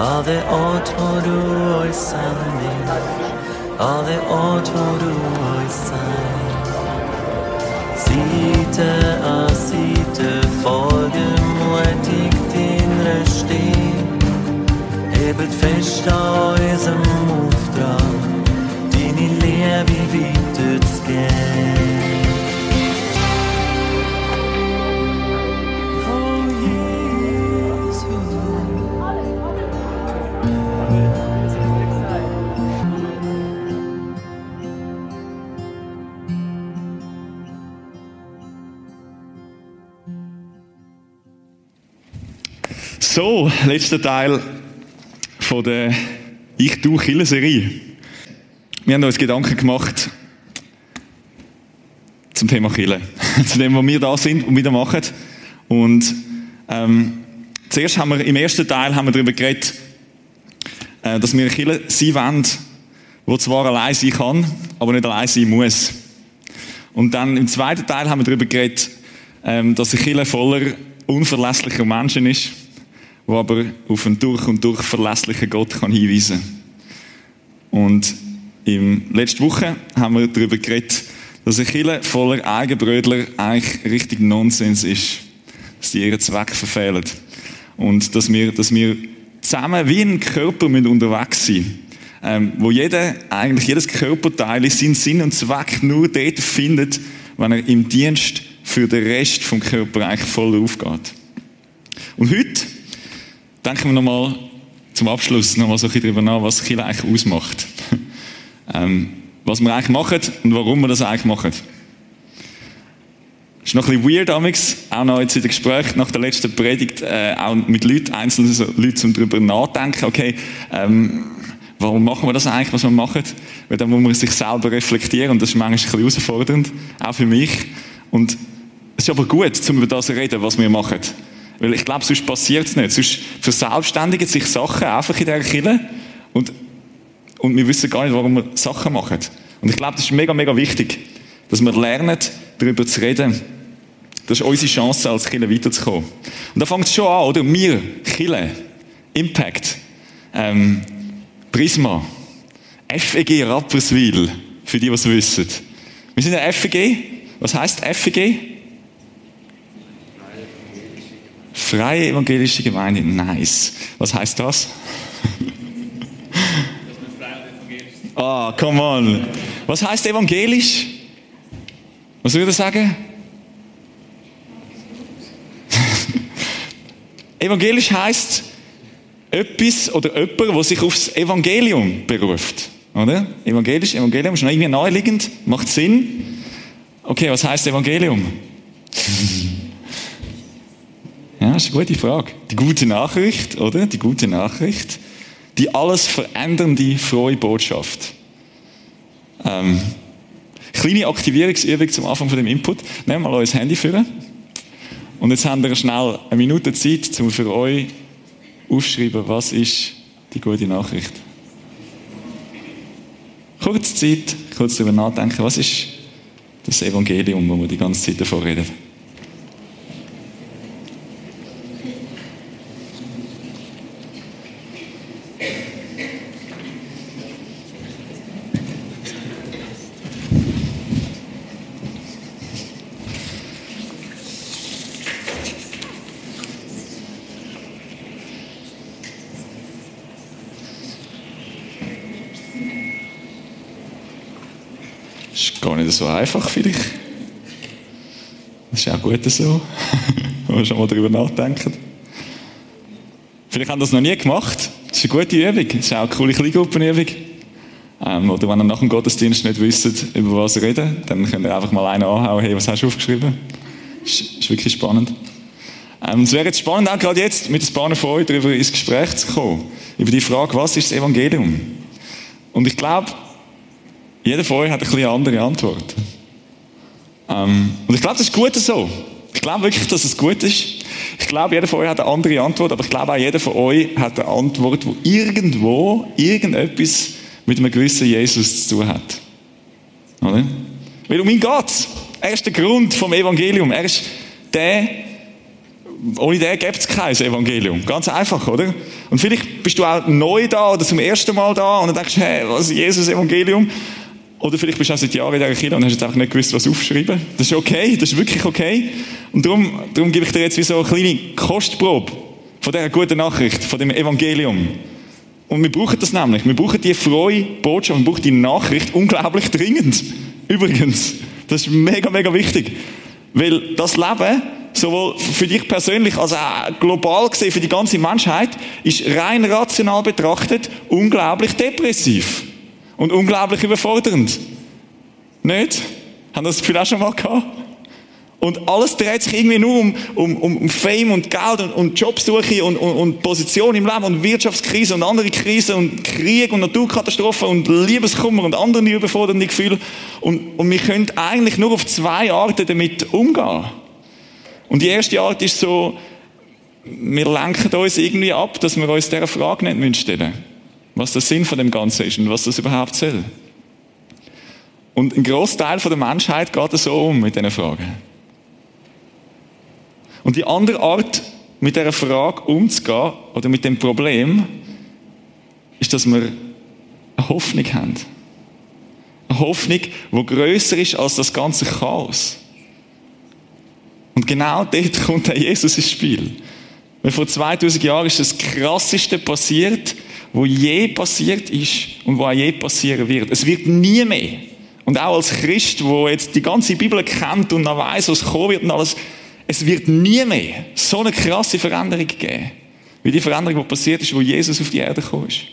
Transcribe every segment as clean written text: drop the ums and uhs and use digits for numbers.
Alle Ort, wo du uns zusammennimmst, alle Ort, wo du uns zeigst. Seite an Seite folgen mutig deiner Stimme, hebet fest an unserem Auftrag, deine Liebe weiterzugeben. So, letzter Teil von der Ich-Du-Kirche-Serie. Wir haben uns Gedanken gemacht zum Thema Kirche. Zu dem, wo wir da sind und wieder machen. Und zuerst haben wir im ersten Teil darüber geredet, dass wir eine Kirche sein wollen, die zwar allein sein kann, aber nicht allein sein muss. Und dann im zweiten Teil haben wir darüber geredet, dass eine Kirche voller unverlässlicher Menschen ist, der aber auf einen durch und durch verlässlichen Gott kann hinweisen kann. Und letzte Woche haben wir darüber geredet, dass eine Kirche voller Eigenbrötler eigentlich richtig Nonsens ist. Dass die ihren Zweck verfehlen. Und dass wir zusammen wie ein Körper unterwegs sein müssen. Wo jedes Körperteil seinen Sinn und Zweck nur dort findet, wenn er im Dienst für den Rest vom Körper eigentlich voll aufgeht. Und heute denken wir nochmal zum Abschluss noch mal so ein bisschen darüber nach, was Kirche eigentlich ausmacht. Was wir eigentlich machen und warum wir das eigentlich machen. Es ist noch ein bisschen weird, amigs, auch noch jetzt in den Gesprächen nach der letzten Predigt, auch mit Leuten, einzelnen Leuten, um darüber nachdenken, okay, warum machen wir das eigentlich, was wir machen? Weil dann muss man sich selber reflektieren und das ist manchmal ein bisschen herausfordernd, auch für mich. Und es ist aber gut, um über das zu reden, was wir machen. Weil ich glaube, sonst passiert es nicht. Sonst verselbstständigen sich Sachen einfach in dieser Kirche und wir wissen gar nicht, warum wir Sachen machen. Und ich glaube, das ist mega, mega wichtig, dass wir lernen, darüber zu reden. Das ist unsere Chance, als Kirche weiterzukommen. Und da fängt es schon an, oder? Wir, Kirche, Impact, Prisma, FEG Rapperswil, für die, die es wissen. Wir sind eine FEG. Was heisst FEG? Freie Evangelische Gemeinde. Nice. Was heisst das? Ah, come on. Was heisst evangelisch? Was würde ich sagen? Evangelisch heisst etwas oder jemand, der sich aufs Evangelium beruft. Oder? Evangelium ist noch irgendwie naheliegend, macht Sinn. Okay, was heisst Evangelium? Ja, das ist eine gute Frage. Die gute Nachricht, oder? Die gute Nachricht. Die alles verändernde, frohe Botschaft. Kleine Aktivierungsübung zum Anfang von dem Input. Nehmen wir mal euer Handy führen. Und jetzt habt ihr schnell eine Minute Zeit, um für euch aufzuschreiben, was ist die gute Nachricht. Kurz Zeit, kurz darüber nachdenken, was ist das Evangelium, wo wir die ganze Zeit davon reden. Ist gar nicht so einfach vielleicht. Das ist auch gut so, wenn wir schon mal darüber nachdenken. Vielleicht haben das noch nie gemacht. Das ist eine gute Übung. Das ist auch eine coole Kleingruppenübung. Oder wenn ihr nach dem Gottesdienst nicht wisst, über was reden, dann könnt ihr einfach mal einen anhauen, hey, was hast du aufgeschrieben? Das ist wirklich spannend. Es wäre jetzt spannend, auch gerade jetzt mit ein paar von euch darüber ins Gespräch zu kommen. Über die Frage, was ist das Evangelium? Und ich glaube, jeder von euch hat eine andere Antwort. Und ich glaube, das ist gut so. Ich glaube wirklich, dass es gut ist. Ich glaube, jeder von euch hat eine andere Antwort, aber ich glaube auch, jeder von euch hat eine Antwort, die irgendetwas mit einem gewissen Jesus zu tun hat. Oder? Weil um ihn geht es. Er ist der Grund vom Evangelium. Er ist der, ohne den gibt es kein Evangelium. Ganz einfach, oder? Und vielleicht bist du auch neu da oder zum ersten Mal da und dann denkst du, hey, was ist Jesus-Evangelium? Oder vielleicht bist du auch seit Jahren in dieser Kirche und hast jetzt einfach nicht gewusst, was aufschreiben. Das ist okay, das ist wirklich okay. Und darum gebe ich dir jetzt wie so eine kleine Kostprobe von dieser guten Nachricht, von dem Evangelium. Und wir brauchen das nämlich. Wir brauchen die frohe Botschaft, wir brauchen die Nachricht unglaublich dringend. Übrigens, das ist mega, mega wichtig. Weil das Leben, sowohl für dich persönlich als auch global gesehen für die ganze Menschheit, ist rein rational betrachtet unglaublich depressiv. Und unglaublich überfordernd. Nicht? Haben das Gefühl auch schon mal gehabt? Und alles dreht sich irgendwie nur um Fame und Geld und Jobsuche und Position im Leben und Wirtschaftskrise und andere Krisen und Krieg und Naturkatastrophen und Liebeskummer und andere überfordernde Gefühle. Und wir können eigentlich nur auf 2 Arten damit umgehen. Und die erste Art ist so, wir lenken uns irgendwie ab, dass wir uns dieser Frage nicht stellen müssen. Was der Sinn von dem Ganzen ist und was das überhaupt soll. Und ein Großteil der Menschheit geht so mit diesen Fragen. Und die andere Art, mit dieser Frage umzugehen, oder mit dem Problem, ist, dass wir eine Hoffnung haben. Eine Hoffnung, die grösser ist als das ganze Chaos. Und genau dort kommt der Jesus ins Spiel. Weil vor 2000 Jahren ist das Krasseste passiert, was je passiert ist und was auch je passieren wird. Es wird nie mehr. Und auch als Christ, der jetzt die ganze Bibel kennt und noch weiss, was kommen wird und alles, es wird nie mehr so eine krasse Veränderung geben, wie die Veränderung, die passiert ist, wo Jesus auf die Erde gekommen ist.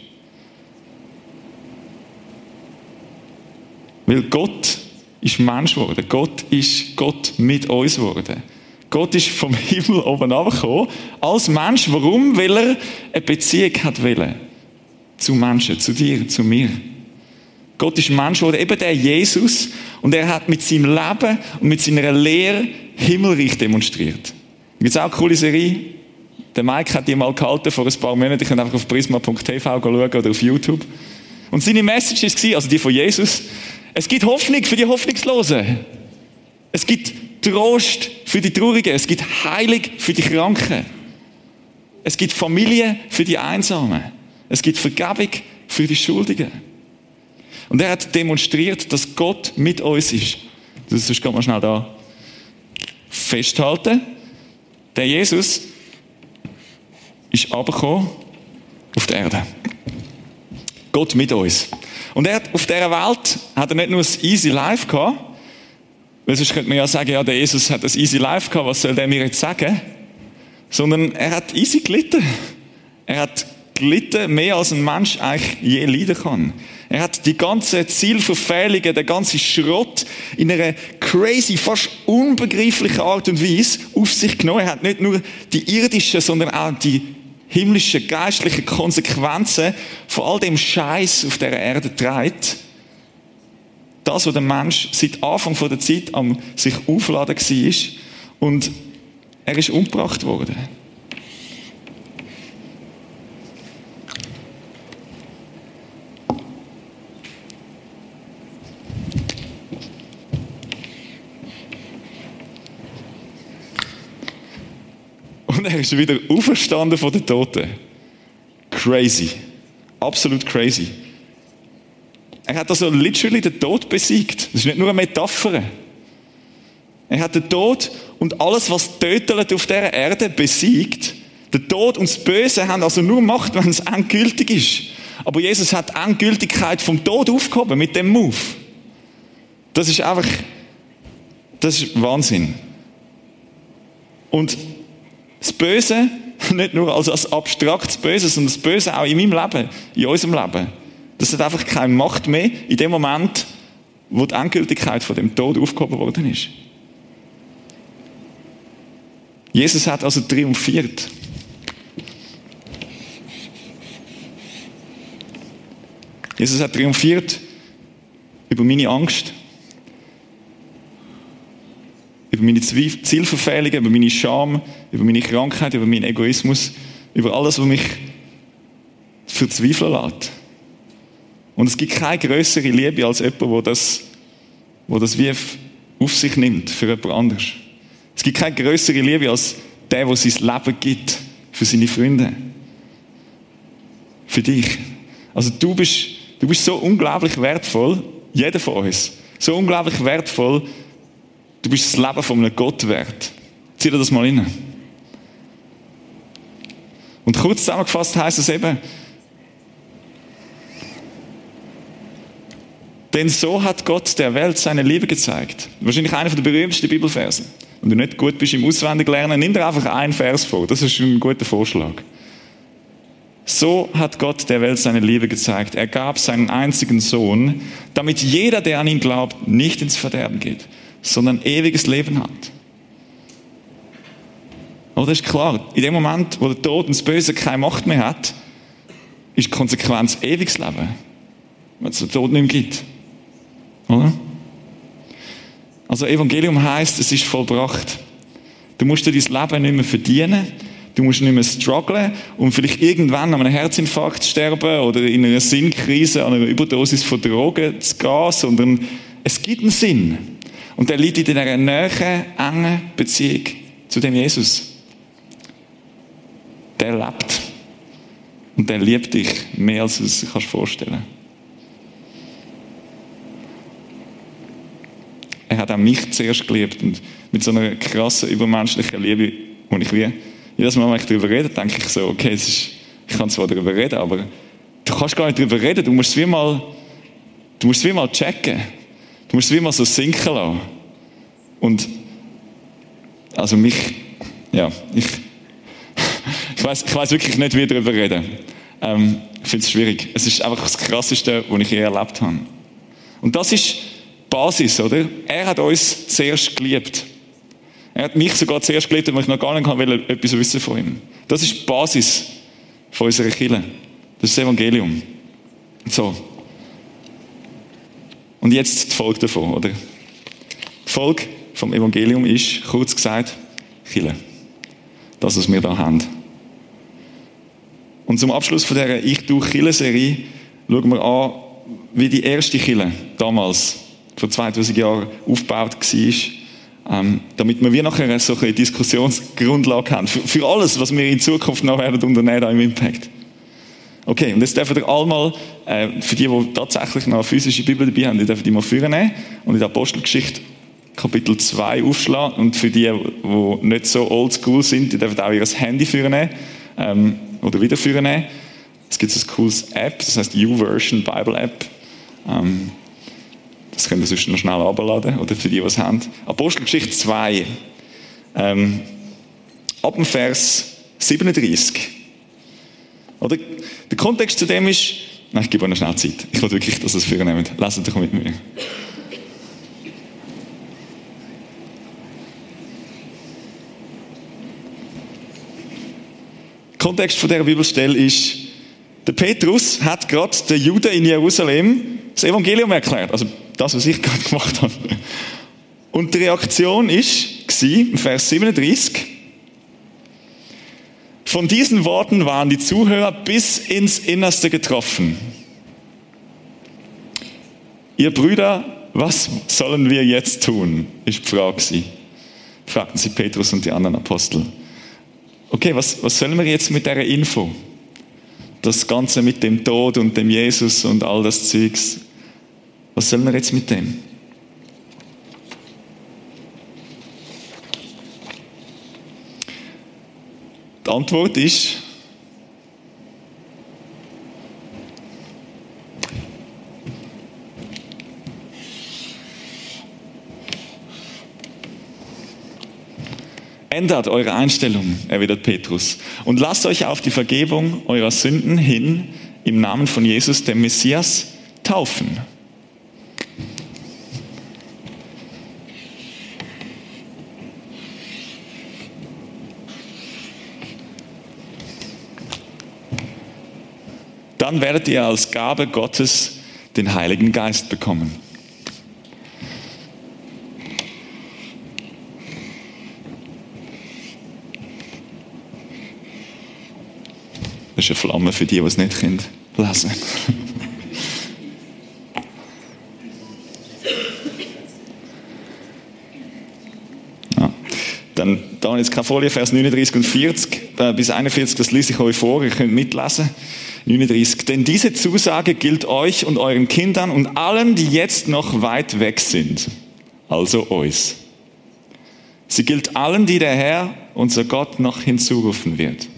Weil Gott ist Mensch geworden. Gott ist Gott mit uns geworden. Gott ist vom Himmel oben runtergekommen, als Mensch. Warum? Weil er eine Beziehung hat wollen. Zu Menschen, zu dir, zu mir. Gott ist Mensch geworden, eben der Jesus. Und er hat mit seinem Leben und mit seiner Lehre Himmelreich demonstriert. Da gibt es auch eine coole Serie. Der Mike hat die mal gehalten vor ein paar Monaten. Ich kann einfach auf prisma.tv schauen oder auf YouTube. Und seine Message war, also die von Jesus, es gibt Hoffnung für die Hoffnungslosen. Es gibt Trost für die Traurigen. Es gibt Heilung für die Kranken. Es gibt Familie für die Einsamen. Es gibt Vergebung für die Schuldigen. Und er hat demonstriert, dass Gott mit uns ist. Das ist ganz mal schnell da festhalten. Der Jesus ist runtergekommen auf die Erde. Gott mit uns. Und er hat auf dieser Welt hat er nicht nur ein easy life gehabt, weil sonst könnte man ja sagen, ja, der Jesus hat ein easy life gehabt, was soll der mir jetzt sagen? Sondern er hat easy gelitten. Er hat gelitten, mehr als ein Mensch eigentlich je leiden kann. Er hat die ganzen Zielverfehlungen, den ganzen Schrott in einer crazy, fast unbegreiflichen Art und Weise auf sich genommen. Er hat nicht nur die irdischen, sondern auch die himmlischen, geistlichen Konsequenzen von all dem Scheiß auf der Erde trägt. Das, was der Mensch seit Anfang der Zeit am sich aufladen war. Und er ist umgebracht worden. Und er ist wieder auferstanden von den Toten. Crazy. Absolut crazy. Er hat also literally den Tod besiegt. Das ist nicht nur eine Metapher. Er hat den Tod und alles, was tötet auf dieser Erde, besiegt. Der Tod und das Böse haben also nur Macht, wenn es endgültig ist. Aber Jesus hat die Endgültigkeit vom Tod aufgehoben mit dem Move. Das ist einfach, das ist Wahnsinn. Und das Böse, nicht nur als abstraktes Böse, sondern das Böse auch in meinem Leben, in unserem Leben. Das hat einfach keine Macht mehr in dem Moment, wo die Endgültigkeit von dem Tod aufgehoben worden ist. Jesus hat also triumphiert. Jesus hat triumphiert über meine Angst, über meine Zielverfehlungen, über meine Scham, über meine Krankheit, über meinen Egoismus, über alles, was mich verzweifeln lässt. Und es gibt keine grössere Liebe als jemand, der das wie auf sich nimmt für jemand anderes. Es gibt keine grössere Liebe als der sein Leben gibt für seine Freunde. Für dich. Also du bist so unglaublich wertvoll, jeder von uns. So unglaublich wertvoll, du bist das Leben von einem Gott wert. Zieh dir das mal rein. Und kurz zusammengefasst heisst es eben, denn so hat Gott der Welt seine Liebe gezeigt. Wahrscheinlich einer der berühmtesten Bibelverse. Wenn du nicht gut bist im Auswendiglernen, nimm dir einfach einen Vers vor. Das ist schon ein guter Vorschlag. So hat Gott der Welt seine Liebe gezeigt. Er gab seinen einzigen Sohn, damit jeder, der an ihn glaubt, nicht ins Verderben geht, sondern ewiges Leben hat. Aber das ist klar. In dem Moment, wo der Tod und das Böse keine Macht mehr hat, ist die Konsequenz ewiges Leben. Wenn es den Tod nicht mehr gibt. Oder? Also Evangelium heisst, es ist vollbracht. Du musst dir dein Leben nicht mehr verdienen. Du musst nicht mehr strugglen und vielleicht irgendwann an einem Herzinfarkt sterben oder in einer Sinnkrise, an einer Überdosis von Drogen zu gehen, sondern es gibt einen Sinn. Und der liegt in dieser nahen, engen Beziehung zu dem Jesus. Der lebt. Und der liebt dich mehr, als du es dir vorstellen kannst. Er hat auch mich zuerst geliebt und mit so einer krassen, übermenschlichen Liebe, wo ich jedes Mal, wenn ich darüber rede, denke ich so, okay, ich kann zwar darüber reden, aber du kannst gar nicht darüber reden, du musst es wie mal checken. Du musst es wie mal so sinken lassen. Und, also ich weiß wirklich nicht, wie darüber reden. Ich finde es schwierig. Es ist einfach das Krasseste, was ich je erlebt habe. Und das ist Basis, oder? Er hat uns zuerst geliebt. Er hat mich sogar zuerst geliebt, weil ich noch gar nicht etwas wissen von ihm. Das ist die Basis von unserer Kirche. Das ist das Evangelium. So. Und jetzt die Folge davon, oder? Die Folge vom Evangelium ist, kurz gesagt, Kirche. Das, was wir da haben. Und zum Abschluss von dieser Ich durch Kirche-Serie schauen wir an, wie die erste Kirche damals, vor 2000 Jahren, aufgebaut war, damit wir wie nachher so eine Diskussionsgrundlage haben. Für alles, was wir in Zukunft noch werden unternehmen im Impact. Okay, und jetzt dürfen ihr alle mal, für die tatsächlich noch eine physische Bibel dabei haben, die dürfen die mal vornehmen und in der Apostelgeschichte Kapitel 2 aufschlagen. Und für die nicht so oldschool sind, die dürfen auch ihr Handy vornehmen oder wieder vornehmen. Es gibt so ein cooles App, das heißt YouVersion Bible App. Das könnt ihr sonst noch schnell runterladen, oder für die, die es haben. Apostelgeschichte 2. Ab dem Vers 37. Oder? Der Kontext zu dem ist, nein, ich gebe euch noch schnell Zeit. Ich will wirklich, dass ihr es vornehmt. Leset doch mit mir. Der Kontext von dieser Bibelstelle ist, der Petrus hat gerade den Juden in Jerusalem das Evangelium erklärt. Also das, was ich gerade gemacht habe. Und die Reaktion war, im Vers 37, von diesen Worten waren die Zuhörer bis ins Innerste getroffen. Ihr Brüder, was sollen wir jetzt tun? Ist die Frage. Fragten sie Petrus und die anderen Apostel. Okay, was sollen wir jetzt mit dieser Info? Das Ganze mit dem Tod und dem Jesus und all das Zeugs. Was sollen wir jetzt mit dem? Die Antwort ist, ändert eure Einstellung, erwidert Petrus, und lasst euch auf die Vergebung eurer Sünden hin im Namen von Jesus, dem Messias, taufen. Dann werdet ihr als Gabe Gottes den Heiligen Geist bekommen. Das ist eine Flamme für die es nicht lesen können. Ja. Dann, da jetzt keine Folie, Vers 39 und 40 bis 41, das lese ich euch vor, ihr könnt mitlesen. 39. Denn diese Zusage gilt euch und euren Kindern und allen, die jetzt noch weit weg sind. Also uns. Sie gilt allen, die der Herr, unser Gott, noch hinzurufen wird.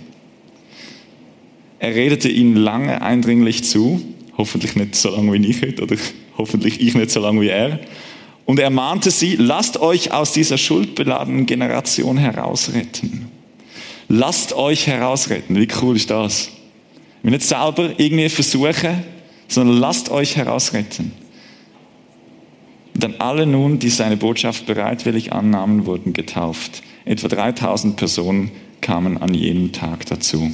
Er redete ihnen lange eindringlich zu, hoffentlich nicht so lange wie ich heute, oder hoffentlich ich nicht so lange wie er. Und er mahnte sie, lasst euch aus dieser schuldbeladenen Generation herausretten. Lasst euch herausretten. Wie cool ist das? Wir nicht selber irgendwie versuchen, sondern lasst euch herausretten. Dann alle nun, die seine Botschaft bereitwillig annahmen, wurden getauft. Etwa 3000 Personen kamen an jenem Tag dazu.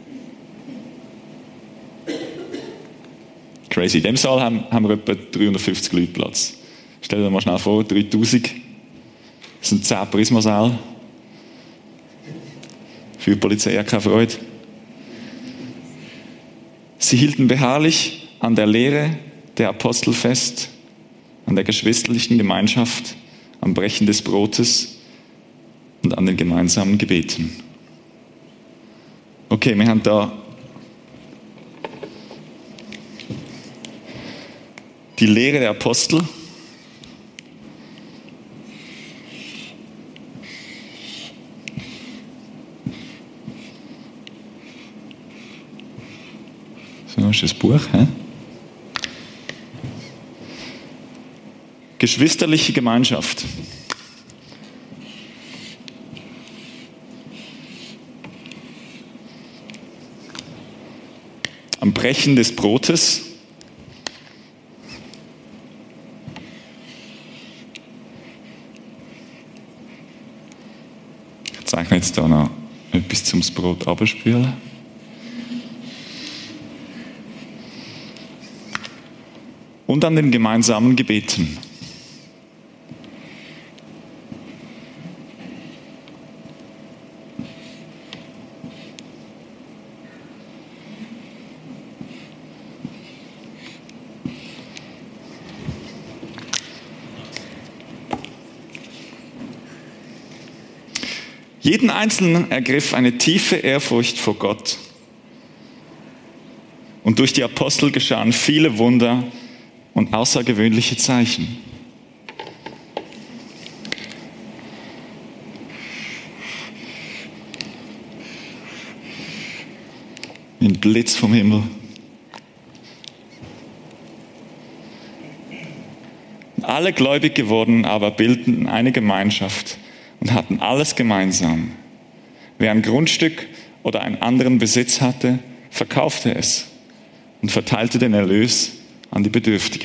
Crazy. In dem Saal haben wir etwa 350 Leute Platz. Stell dir mal schnell vor, 3000. Das sind 10 Prismasäle. Für die Polizei ja keine Freude. Sie hielten beharrlich an der Lehre der Apostel fest, an der geschwisterlichen Gemeinschaft, am Brechen des Brotes und an den gemeinsamen Gebeten. Okay, wir haben da die Lehre der Apostel. So, ist das Buch, hä? Geschwisterliche Gemeinschaft. Am Brechen des Brotes. Ich zeichne jetzt da noch etwas zum Brot abspülen. Und an den gemeinsamen Gebeten. Jeden Einzelnen ergriff eine tiefe Ehrfurcht vor Gott. Und durch die Apostel geschahen viele Wunder und außergewöhnliche Zeichen. Ein Blitz vom Himmel. Alle gläubig geworden, aber bildeten eine Gemeinschaft und hatten alles gemeinsam. Wer ein Grundstück oder einen anderen Besitz hatte, verkaufte es und verteilte den Erlös an die Bedürftigen.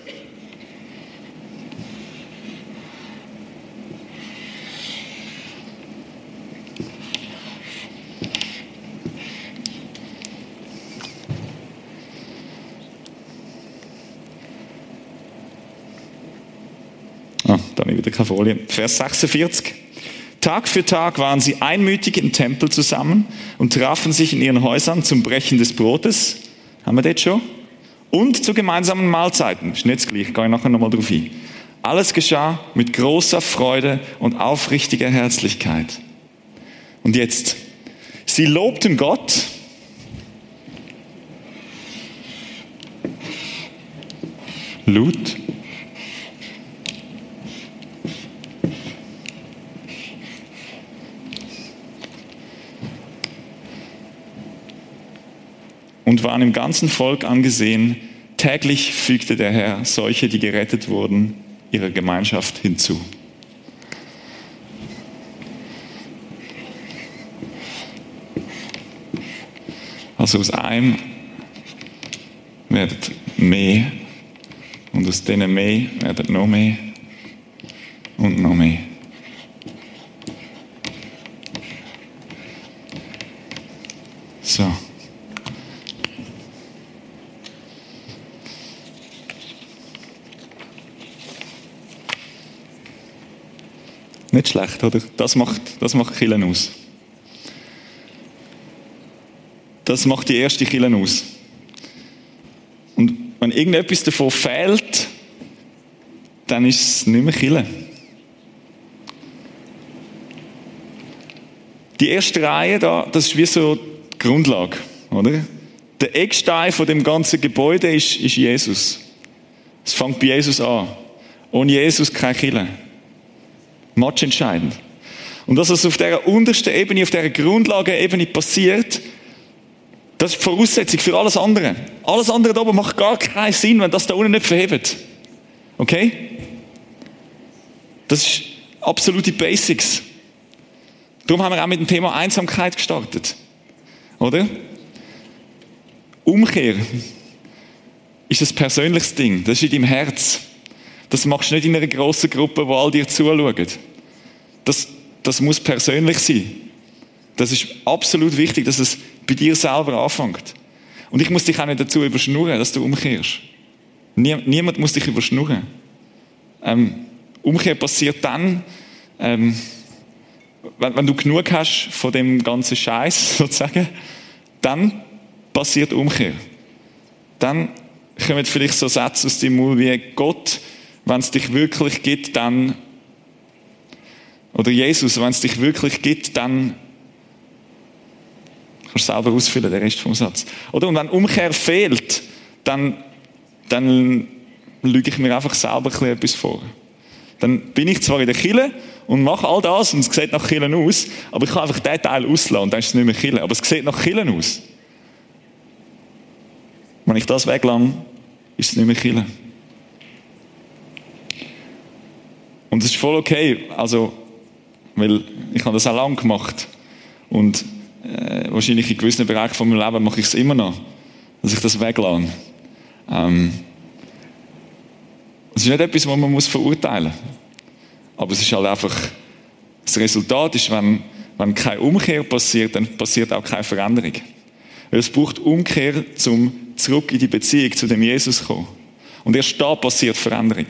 Da habe ich wieder keine Folie. Vers 46. Tag für Tag waren sie einmütig im Tempel zusammen und trafen sich in ihren Häusern zum Brechen des Brotes. Haben wir das schon? Und zu gemeinsamen Mahlzeiten. Ist nicht gleich, gehe ich nachher nochmal drauf ein. Alles geschah mit großer Freude und aufrichtiger Herzlichkeit. Und jetzt, sie lobten Gott laut und waren im ganzen Volk angesehen. Täglich fügte der Herr solche, die gerettet wurden, ihrer Gemeinschaft hinzu. Also aus einem werden mehr und aus denen mehr werden noch mehr und noch mehr. So. Nicht schlecht, oder? Das macht Kirche aus. Das macht die erste Kirche aus. Und wenn irgendetwas davon fehlt, dann ist es nicht mehr Kirche. die erste Reihe da, das ist wie so die Grundlage, oder? Der Eckstein von dem ganzen Gebäude ist Jesus. Es fängt bei Jesus an. Ohne Jesus keine Kirche. Matchentscheidend. Und das, was auf dieser untersten Ebene, auf dieser Grundlagenebene passiert, das ist die Voraussetzung für alles andere. Alles andere da oben macht gar keinen Sinn, wenn das da unten nicht verhebt. Okay? Das ist absolute Basics. Darum haben wir auch mit dem Thema Einsamkeit gestartet. Oder? Umkehr ist ein persönliches Ding. Das ist in deinem Herz. Das machst du nicht in einer grossen Gruppe, wo all dir zuschauen. Das muss persönlich sein. Das ist absolut wichtig, dass es bei dir selber anfängt. Und ich muss dich auch nicht dazu überschnurren, dass du umkehrst. Niemand muss dich überschnurren. Umkehr passiert dann, wenn du genug hast von dem ganzen Scheiß sozusagen, dann passiert Umkehr. Dann kommen vielleicht so Sätze aus dem Mund wie Gott, wenn es dich wirklich gibt, dann, oder Jesus, wenn es dich wirklich gibt, dann kannst du selber ausfüllen, den Rest vom Satz. Oder? Und wenn Umkehr fehlt, dann lüge ich mir einfach selber etwas vor. Dann bin ich zwar in der Kirche und mache all das und es sieht nach Kirche aus, aber ich kann einfach den Teil auslassen und dann ist es nicht mehr Kirche. Aber es sieht nach Kirche aus. Wenn ich das weglasse, ist es nicht mehr Kirche. Und es ist voll okay, also, weil ich habe das auch lange gemacht und wahrscheinlich in gewissen Bereichen von meinem Leben mache ich es immer noch, dass ich das weglasse. Es ist nicht etwas, was man verurteilen muss. Aber es ist halt einfach, das Resultat ist, wenn keine Umkehr passiert, dann passiert auch keine Veränderung. Weil es braucht Umkehr, um zurück in die Beziehung zu dem Jesus zu kommen. Und erst da passiert Veränderung.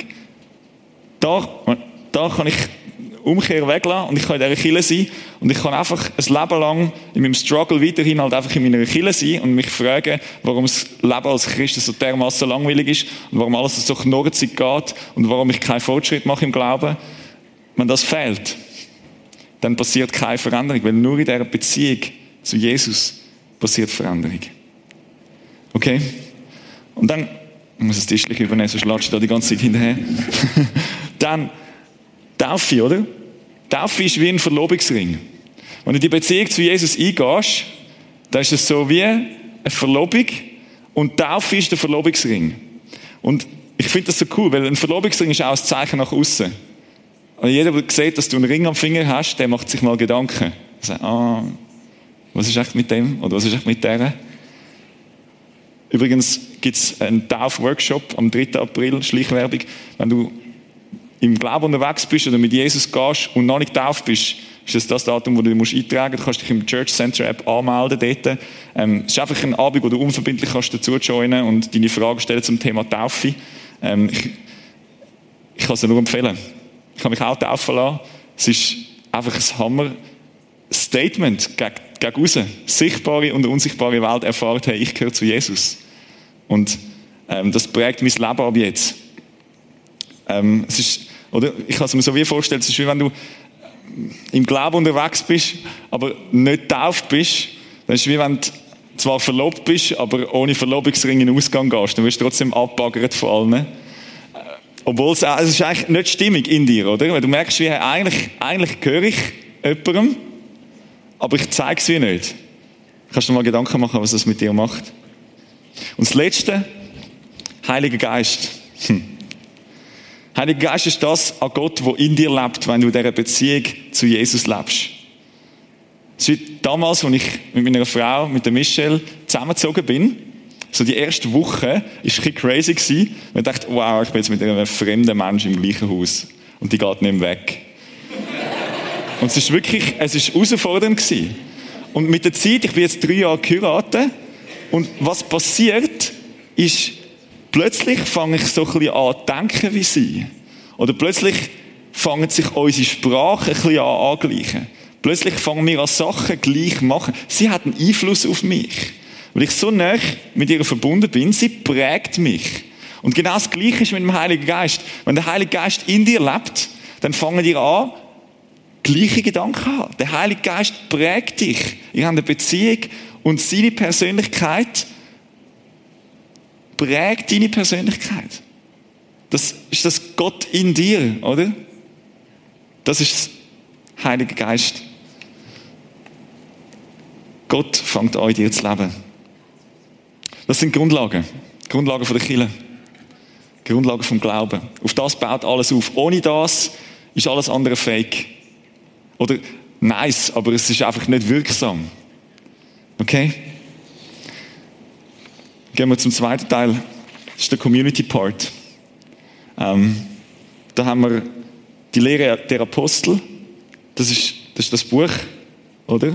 Da kann ich Umkehr weglassen und ich kann in dieser Kirche sein und ich kann einfach ein Leben lang in meinem Struggle weiterhin halt einfach in meiner Kirche sein und mich fragen, warum das Leben als Christ so dermassen langweilig ist und warum alles so knorzig geht und warum ich keinen Fortschritt mache im Glauben. Wenn das fehlt, dann passiert keine Veränderung, weil nur in dieser Beziehung zu Jesus passiert Veränderung. Okay? Und dann, ich muss das Tischchen übernehmen, sonst latsche ich da die ganze Zeit hinterher. Dann Taufe, oder? Taufe ist wie ein Verlobungsring. Wenn du in die Beziehung zu Jesus eingehst, dann ist es so wie eine Verlobung und Taufe ist der Verlobungsring. Und ich finde das so cool, weil ein Verlobungsring ist auch ein Zeichen nach außen. Und jeder, der sieht, dass du einen Ring am Finger hast, der macht sich mal Gedanken. Er sagt, was ist echt mit dem? Oder was ist echt mit der? Übrigens gibt es einen Tauf-Workshop am 3. April, Schleichwerbung. Wenn du im Glauben unterwegs bist oder mit Jesus gehst und noch nicht getauft bist, ist das Datum, wo du dich eintragen musst. Du kannst dich im Church Center App anmelden dort. Es ist einfach ein Abend, wo du unverbindlich kannst dazu joinen und deine Fragen stellen zum Thema Taufe. Ich kann es dir nur empfehlen. Ich habe mich auch taufen lassen. Es ist einfach ein Hammer-Statement gegen raus. Sichtbare und unsichtbare Welt erfahrt, hey, ich gehöre zu Jesus. Und das prägt mein Leben ab jetzt. Es ist, oder? Ich kann es mir so wie vorstellen, es ist wie wenn du im Glauben unterwegs bist, aber nicht getauft bist. Dann ist es wie wenn du zwar verlobt bist, aber ohne Verlobungsring in den Ausgang gehst. Dann wirst du trotzdem abbaggert von allen. Obwohl es ist eigentlich nicht stimmig in dir, oder? Weil du merkst, wie eigentlich gehöre ich jemandem, aber ich zeige es wie nicht. Kannst du dir mal Gedanken machen, was das mit dir macht? Und das Letzte, Heiliger Geist. Heiliger Geist ist das an Gott, der in dir lebt, wenn du in dieser Beziehung zu Jesus lebst. Es ist wie damals, als ich mit meiner Frau, mit der Michelle, zusammengezogen bin. So die erste Woche war ein bisschen crazy gewesen. Ich dachte, wow, ich bin jetzt mit einem fremden Menschen im gleichen Haus. Und die geht nicht mehr weg. Und es ist wirklich, es ist herausfordernd gewesen. Und mit der Zeit, ich bin jetzt 3 Jahre geheiratet. Und was passiert, ist, plötzlich fange ich so ein bisschen an zu denken wie sie. Oder plötzlich fangen sich unsere Sprache ein bisschen an angleichen. Plötzlich fangen wir an Sachen gleich zu machen. Sie hat einen Einfluss auf mich. Weil ich so nah mit ihr verbunden bin, sie prägt mich. Und genau das Gleiche ist mit dem Heiligen Geist. Wenn der Heilige Geist in dir lebt, dann fangen dir an, gleiche Gedanken haben. Der Heilige Geist prägt dich. Ihr habt eine Beziehung und seine Persönlichkeit prägt deine Persönlichkeit. Das ist das Gott in dir, oder? Das ist der Heilige Geist. Gott fängt an, in dir zu leben. Das sind Grundlagen. Grundlagen von der Kirche. Grundlagen vom Glauben. Auf das baut alles auf. Ohne das ist alles andere fake. Oder nice, aber es ist einfach nicht wirksam. Okay? Gehen wir zum zweiten Teil. Das ist der Community Part. Da haben wir die Lehre der Apostel. Das ist das Buch, oder?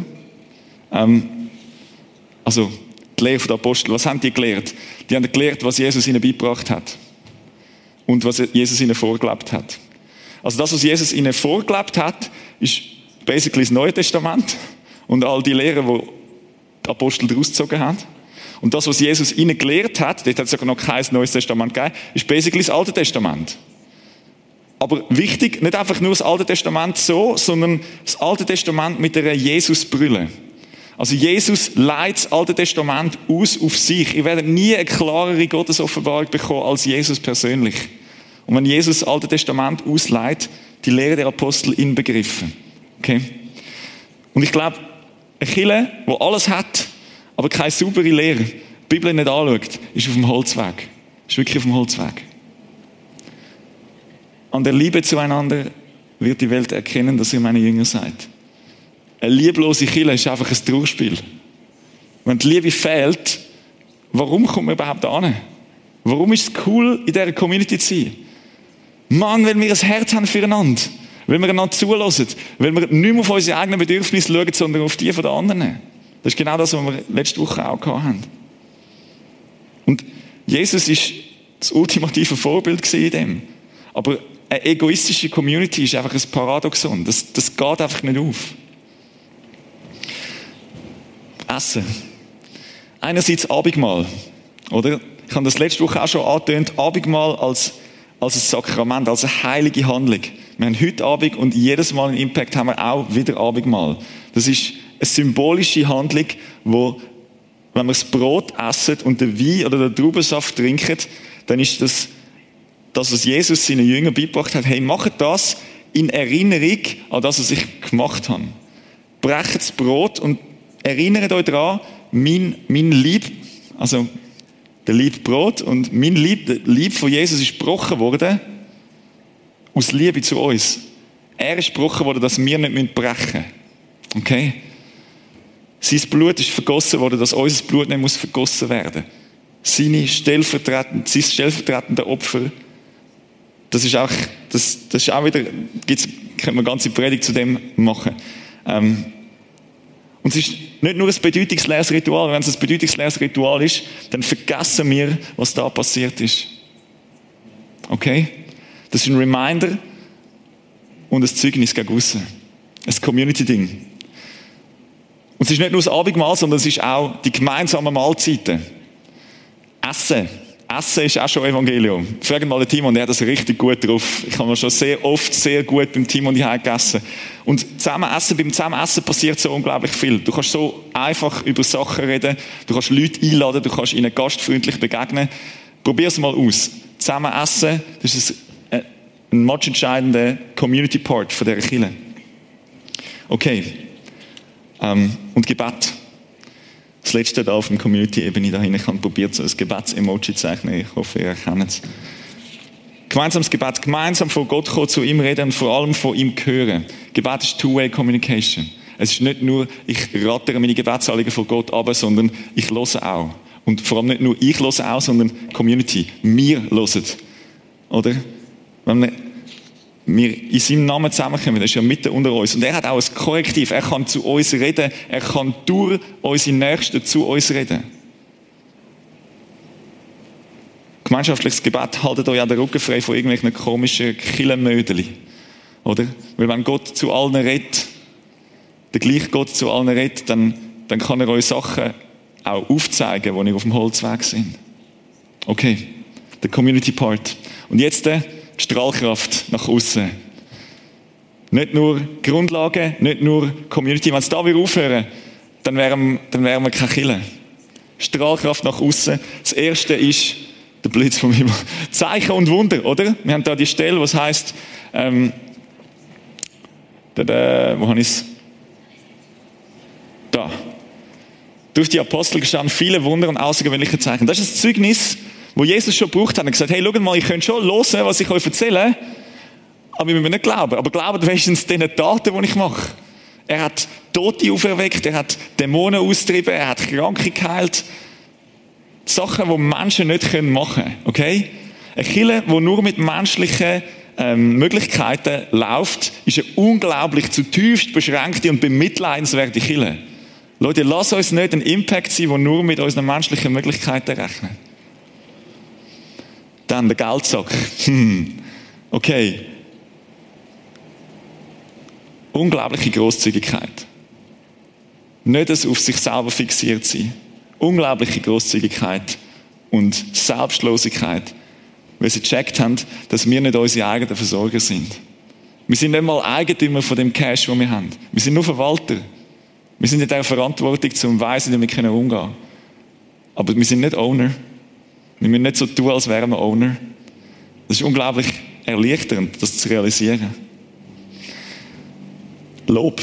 Also, die Lehre der Apostel. Was haben die gelehrt? Die haben gelehrt, was Jesus ihnen beigebracht hat. Und was Jesus ihnen vorgelebt hat. Also das, was Jesus ihnen vorgelebt hat, ist basically das Neue Testament. Und all die Lehren, die die Apostel daraus gezogen haben. Und das, was Jesus ihnen gelehrt hat, dort hat es sogar noch kein Neues Testament gegeben, ist basically das Alte Testament. Aber wichtig, nicht einfach nur das Alte Testament so, sondern das Alte Testament mit einer Jesus-Brille. Also Jesus leitet das Alte Testament aus auf sich. Ihr werdet nie eine klarere Gottesoffenbarung bekommen als Jesus persönlich. Und wenn Jesus das Alte Testament ausleitet, die Lehre der Apostel inbegriffen. Okay? Und ich glaube, eine Kirche, die alles hat, aber keine saubere Lehre, die Bibel nicht anschaut, ist auf dem Holzweg. Ist wirklich auf dem Holzweg. An der Liebe zueinander wird die Welt erkennen, dass ihr meine Jünger seid. Eine lieblose Kirche ist einfach ein Trauerspiel. Wenn die Liebe fehlt, warum kommt man überhaupt an? Warum ist es cool, in dieser Community zu sein? Mann, weil wir ein Herz haben füreinander. Weil wir einander zulassen. Weil wir nicht mehr auf unsere eigenen Bedürfnisse schauen, sondern auf die von den anderen. Das ist genau das, was wir letzte Woche auch hatten. Und Jesus ist das ultimative Vorbild in dem. Aber eine egoistische Community ist einfach ein Paradoxon. Das geht einfach nicht auf. Essen. Einerseits Abendmahl, oder? Ich habe das letzte Woche auch schon angetönt. Abendmahl als ein Sakrament, als eine heilige Handlung. Wir haben heute Abend und jedes Mal im Impact haben wir auch wieder Abendmahl. Das ist eine symbolische Handlung, wo, wenn wir das Brot essen und den Wein oder den Traubensaft trinken, dann ist das, was Jesus seinen Jüngern beigebracht hat. Hey, macht das in Erinnerung an das, was ich gemacht habe. Brecht das Brot und erinnert euch daran, mein Leib, also der Leib Brot und mein Leib, der Leib von Jesus ist gebrochen worden aus Liebe zu uns. Er ist gebrochen worden, dass wir nicht brechen müssen. Okay? Sein Blut ist vergossen worden, dass unser Blut nicht vergossen werden muss. Sein stellvertretende Opfer, das ist auch wieder, könnte man eine ganze Predigt zu dem machen. Und es ist nicht nur ein bedeutungsleeres Ritual. Wenn es ein bedeutungsleeres Ritual ist, dann vergessen wir, was da passiert ist. Okay? Das ist ein Reminder und ein Zeugnis gegen aussen. Ein Community-Ding. Und es ist nicht nur das Abendmahl, sondern es ist auch die gemeinsamen Mahlzeiten. Essen. Essen ist auch schon Evangelium. Fragt mal den Timon, der hat das richtig gut drauf. Ich habe mir schon sehr oft sehr gut beim Timon die gegessen. Und beim Zusammenessen passiert so unglaublich viel. Du kannst so einfach über Sachen reden, du kannst Leute einladen, du kannst ihnen gastfreundlich begegnen. Probier es mal aus. Zusammenessen, das ist ein much entscheidender Community Part von dieser Kirche. Okay. Und Gebet. Das letzte da auf der Community-Ebene dahin. Ich habe probiert, so ein Gebets-Emoji zu zeichnen. Ich hoffe, ihr erkennt es. Gemeinsames Gebet. Gemeinsam von Gott kommen, zu ihm reden und vor allem von ihm hören. Gebet ist Two-Way Communication. Es ist nicht nur, ich rattere meine Gebetsanliegen von Gott ab, sondern ich höre auch. Und vor allem nicht nur ich höre auch, sondern Community. Wir hören. Oder? Wenn wir in seinem Namen zusammenkommen, das ist ja mitten unter uns. Und er hat auch ein Korrektiv. Er kann zu uns reden. Er kann durch unsere Nächsten zu uns reden. Gemeinschaftliches Gebet haltet euch auch den Rücken frei von irgendwelchen komischen Killenmödeli. Oder? Weil wenn Gott zu allen redet, der gleiche Gott zu allen redet, dann kann er euch Sachen auch aufzeigen, wo ihr auf dem Holzweg sind. Okay. Der Community Part. Und jetzt Strahlkraft nach außen. Nicht nur Grundlagen, nicht nur Community. Wenn es da wieder aufhören, dann wären wir keine Kirche. Strahlkraft nach außen. Das erste ist der Blitz vom Himmel. Zeichen und Wunder, oder? Wir haben da die Stelle, was heisst, wo habe ich es? Da. Durch die Apostel gestanden viele Wunder und außergewöhnliche Zeichen. Das ist das Zeugnis, wo Jesus schon gebraucht hat. Er hat gesagt, hey, schaut mal, ich könnt schon hören, was ich euch erzähle, aber ihr müsst nicht glauben. Aber glaubt wenigstens den Taten, die ich mache. Er hat Tote auferweckt, er hat Dämonen austrieben, er hat Kranke geheilt. Sachen, die Menschen nicht machen können. Okay? Eine Kirche, die nur mit menschlichen Möglichkeiten läuft, ist eine unglaublich zutiefst beschränkte und bemitleidenswerte Kirche. Leute, lasst uns nicht ein Impact sein, der nur mit unseren menschlichen Möglichkeiten rechnet. Dann der Geldsack. Okay. Unglaubliche Grosszügigkeit. Nicht das auf sich selber fixiert sein. Unglaubliche Grosszügigkeit und Selbstlosigkeit, weil sie gecheckt haben, dass wir nicht unsere eigenen Versorger sind. Wir sind nicht mal Eigentümer von dem Cash, den wir haben. Wir sind nur Verwalter. Wir sind in der Verantwortung, zum Weisen, wie wir umgehen können. Aber wir sind nicht Owner. Wir müssen nicht so tun, als wären wir Owner. Das ist unglaublich erleichternd, das zu realisieren. Lob.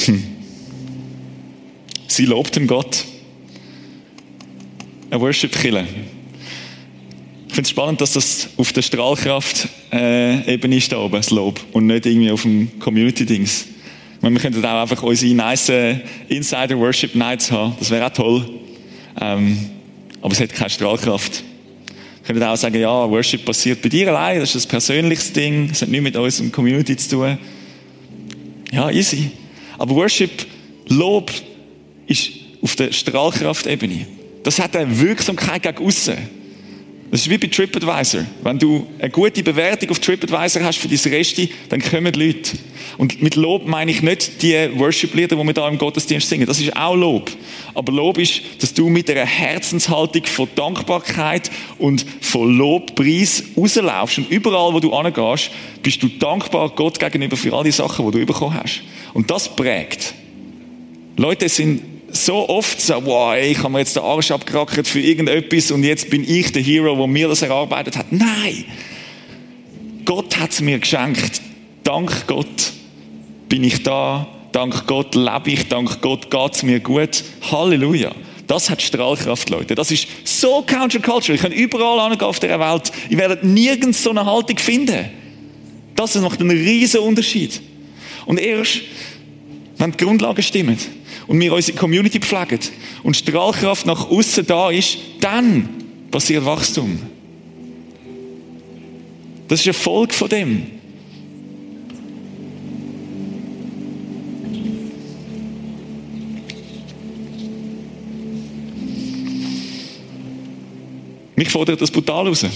Sie lobten Gott. Eine Worship-Kille. Ich finde es spannend, dass das auf der Strahlkraft-Ebene ist da oben, das Lob. Und nicht irgendwie auf dem Community-Dings. Wir könnten auch einfach unsere nice Insider-Worship-Nights haben. Das wäre auch toll. Aber es hat keine Strahlkraft. Wir könnten auch sagen, ja, Worship passiert bei dir allein. Das ist ein persönliches Ding. Das hat nichts mit unserem Community zu tun. Ja, easy. Aber Worship, Lob, ist auf der Strahlkraft-Ebene. Das hat eine Wirksamkeit gegen aussen. Das ist wie bei TripAdvisor. Wenn du eine gute Bewertung auf TripAdvisor hast für dein Resti, dann kommen die Leute. Und mit Lob meine ich nicht die Worship-Lieder, die wir da im Gottesdienst singen. Das ist auch Lob. Aber Lob ist, dass du mit einer Herzenshaltung von Dankbarkeit und von Lobpreis rauslaufst. Und überall, wo du hingehst, bist du dankbar Gott gegenüber für all die Sachen, die du bekommen hast. Und das prägt. Leute sind so oft so, wow, ey, ich habe mir jetzt den Arsch abgerackert für irgendetwas und jetzt bin ich der Hero, der mir das erarbeitet hat. Nein! Gott hat es mir geschenkt. Dank Gott bin ich da. Dank Gott lebe ich. Dank Gott geht es mir gut. Halleluja. Das hat Strahlkraft, Leute. Das ist so counterculture. Ich kann überall hingehen auf dieser Welt. Ich werde nirgends so eine Haltung finden. Das macht einen riesen Unterschied. Und erst, wenn die Grundlagen stimmen, und wir unsere Community pflegen und Strahlkraft nach außen da ist, dann passiert Wachstum. Das ist eine Folge von dem. Mich fordert das brutal raus.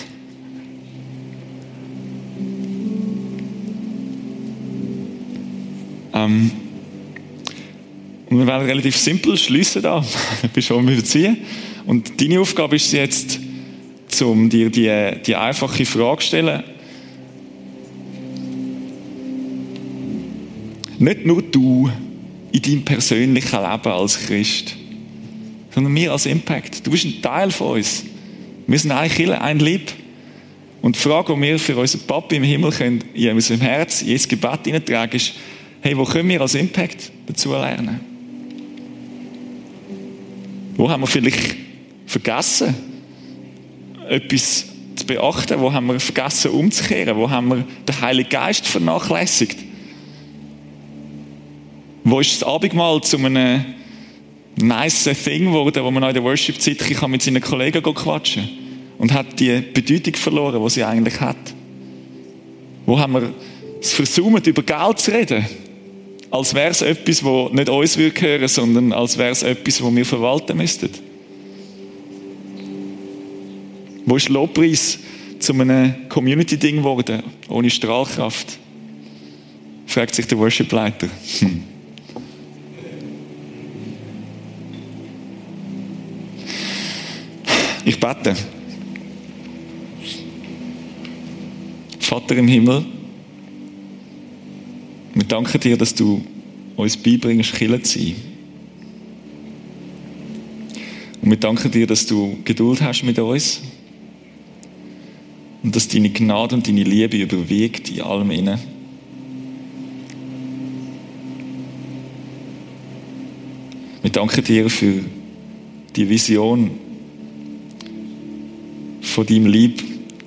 Und wir werden relativ simpel schliessen da. Ich bin schon überziehen. Und deine Aufgabe ist jetzt, um dir die einfache Frage zu stellen. Nicht nur du in deinem persönlichen Leben als Christ, sondern wir als Impact. Du bist ein Teil von uns. Wir sind eine Kirche, ein Leib. Und die Frage, die wir für unseren Papa im Himmel können, in unserem Herz, in jedes Gebet hineintragen, ist, hey, wo können wir als Impact dazu lernen? Wo haben wir vielleicht vergessen, etwas zu beachten? Wo haben wir vergessen, umzukehren? Wo haben wir den Heiligen Geist vernachlässigt? Wo ist das Abendmahl zu einem nice Thing geworden, wo man in der Worship-Zeit mit seinen Kollegen quatschen kann? Und hat die Bedeutung verloren, die sie eigentlich hat? Wo haben wir es versäumt, über Geld zu reden? Als wäre es etwas, das nicht uns gehören würde, sondern als wäre es etwas, das wir verwalten müssten. Wo ist Lobpreis zu einem Community-Ding geworden, ohne Strahlkraft? Fragt sich der Worship-Leiter. Ich bete. Vater im Himmel, Wir danken dir, dass du uns beibringst, Kirche zu sein. Und wir danken dir, dass du Geduld hast mit uns und dass deine Gnade und deine Liebe überwiegt in allem innen. Wir danken dir für die Vision von deinem Lieb,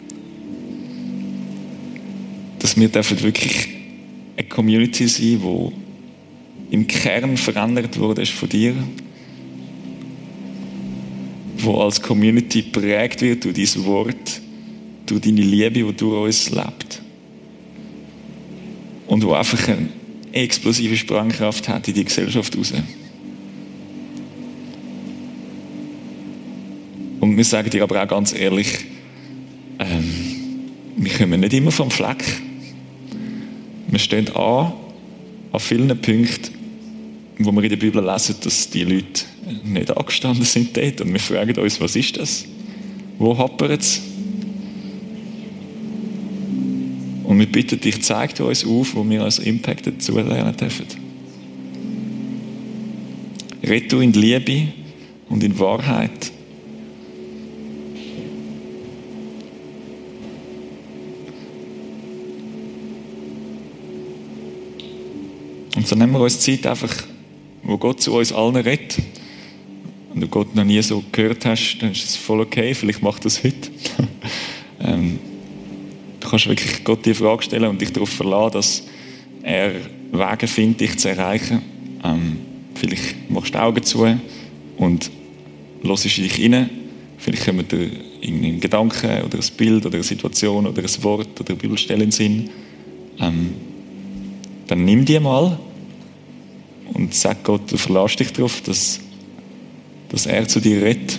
dass wir wirklich eine Community sein, die im Kern verändert wurde von dir, wo als Community geprägt wird durch dein Wort, durch deine Liebe, die durch uns lebt. Und wo einfach eine explosive Sprengkraft hat in die Gesellschaft raus. Und wir sagen dir aber auch ganz ehrlich, wir kommen nicht immer vom Fleck. Wir stehen an vielen Punkten, wo wir in der Bibel lesen, dass die Leute nicht angestanden sind dort. Und wir fragen uns, was ist das? Wo hapert es? Und wir bitten dich, zeig uns auf, wo wir als Impact dazu lernen dürfen. Red du in Liebe und in Wahrheit. Und so nehmen wir uns Zeit einfach, wo Gott zu uns allen redet. Wenn du Gott noch nie so gehört hast, dann ist es voll okay. Vielleicht macht das heute. Du kannst wirklich Gott die Frage stellen und dich darauf verlassen, dass er Wege findet, dich zu erreichen. Vielleicht machst du die Augen zu und hörst in dich rein. Vielleicht kommt dir irgendein Gedanke oder ein Bild oder eine Situation oder ein Wort oder eine Bibelstelle in den Sinn. Dann nimm die mal und sag Gott, du verlässt dich darauf, dass er zu dir redet.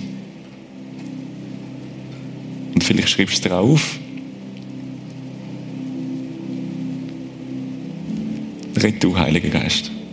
Und vielleicht schreibst du dir auch auf. Red du, Heiliger Geist.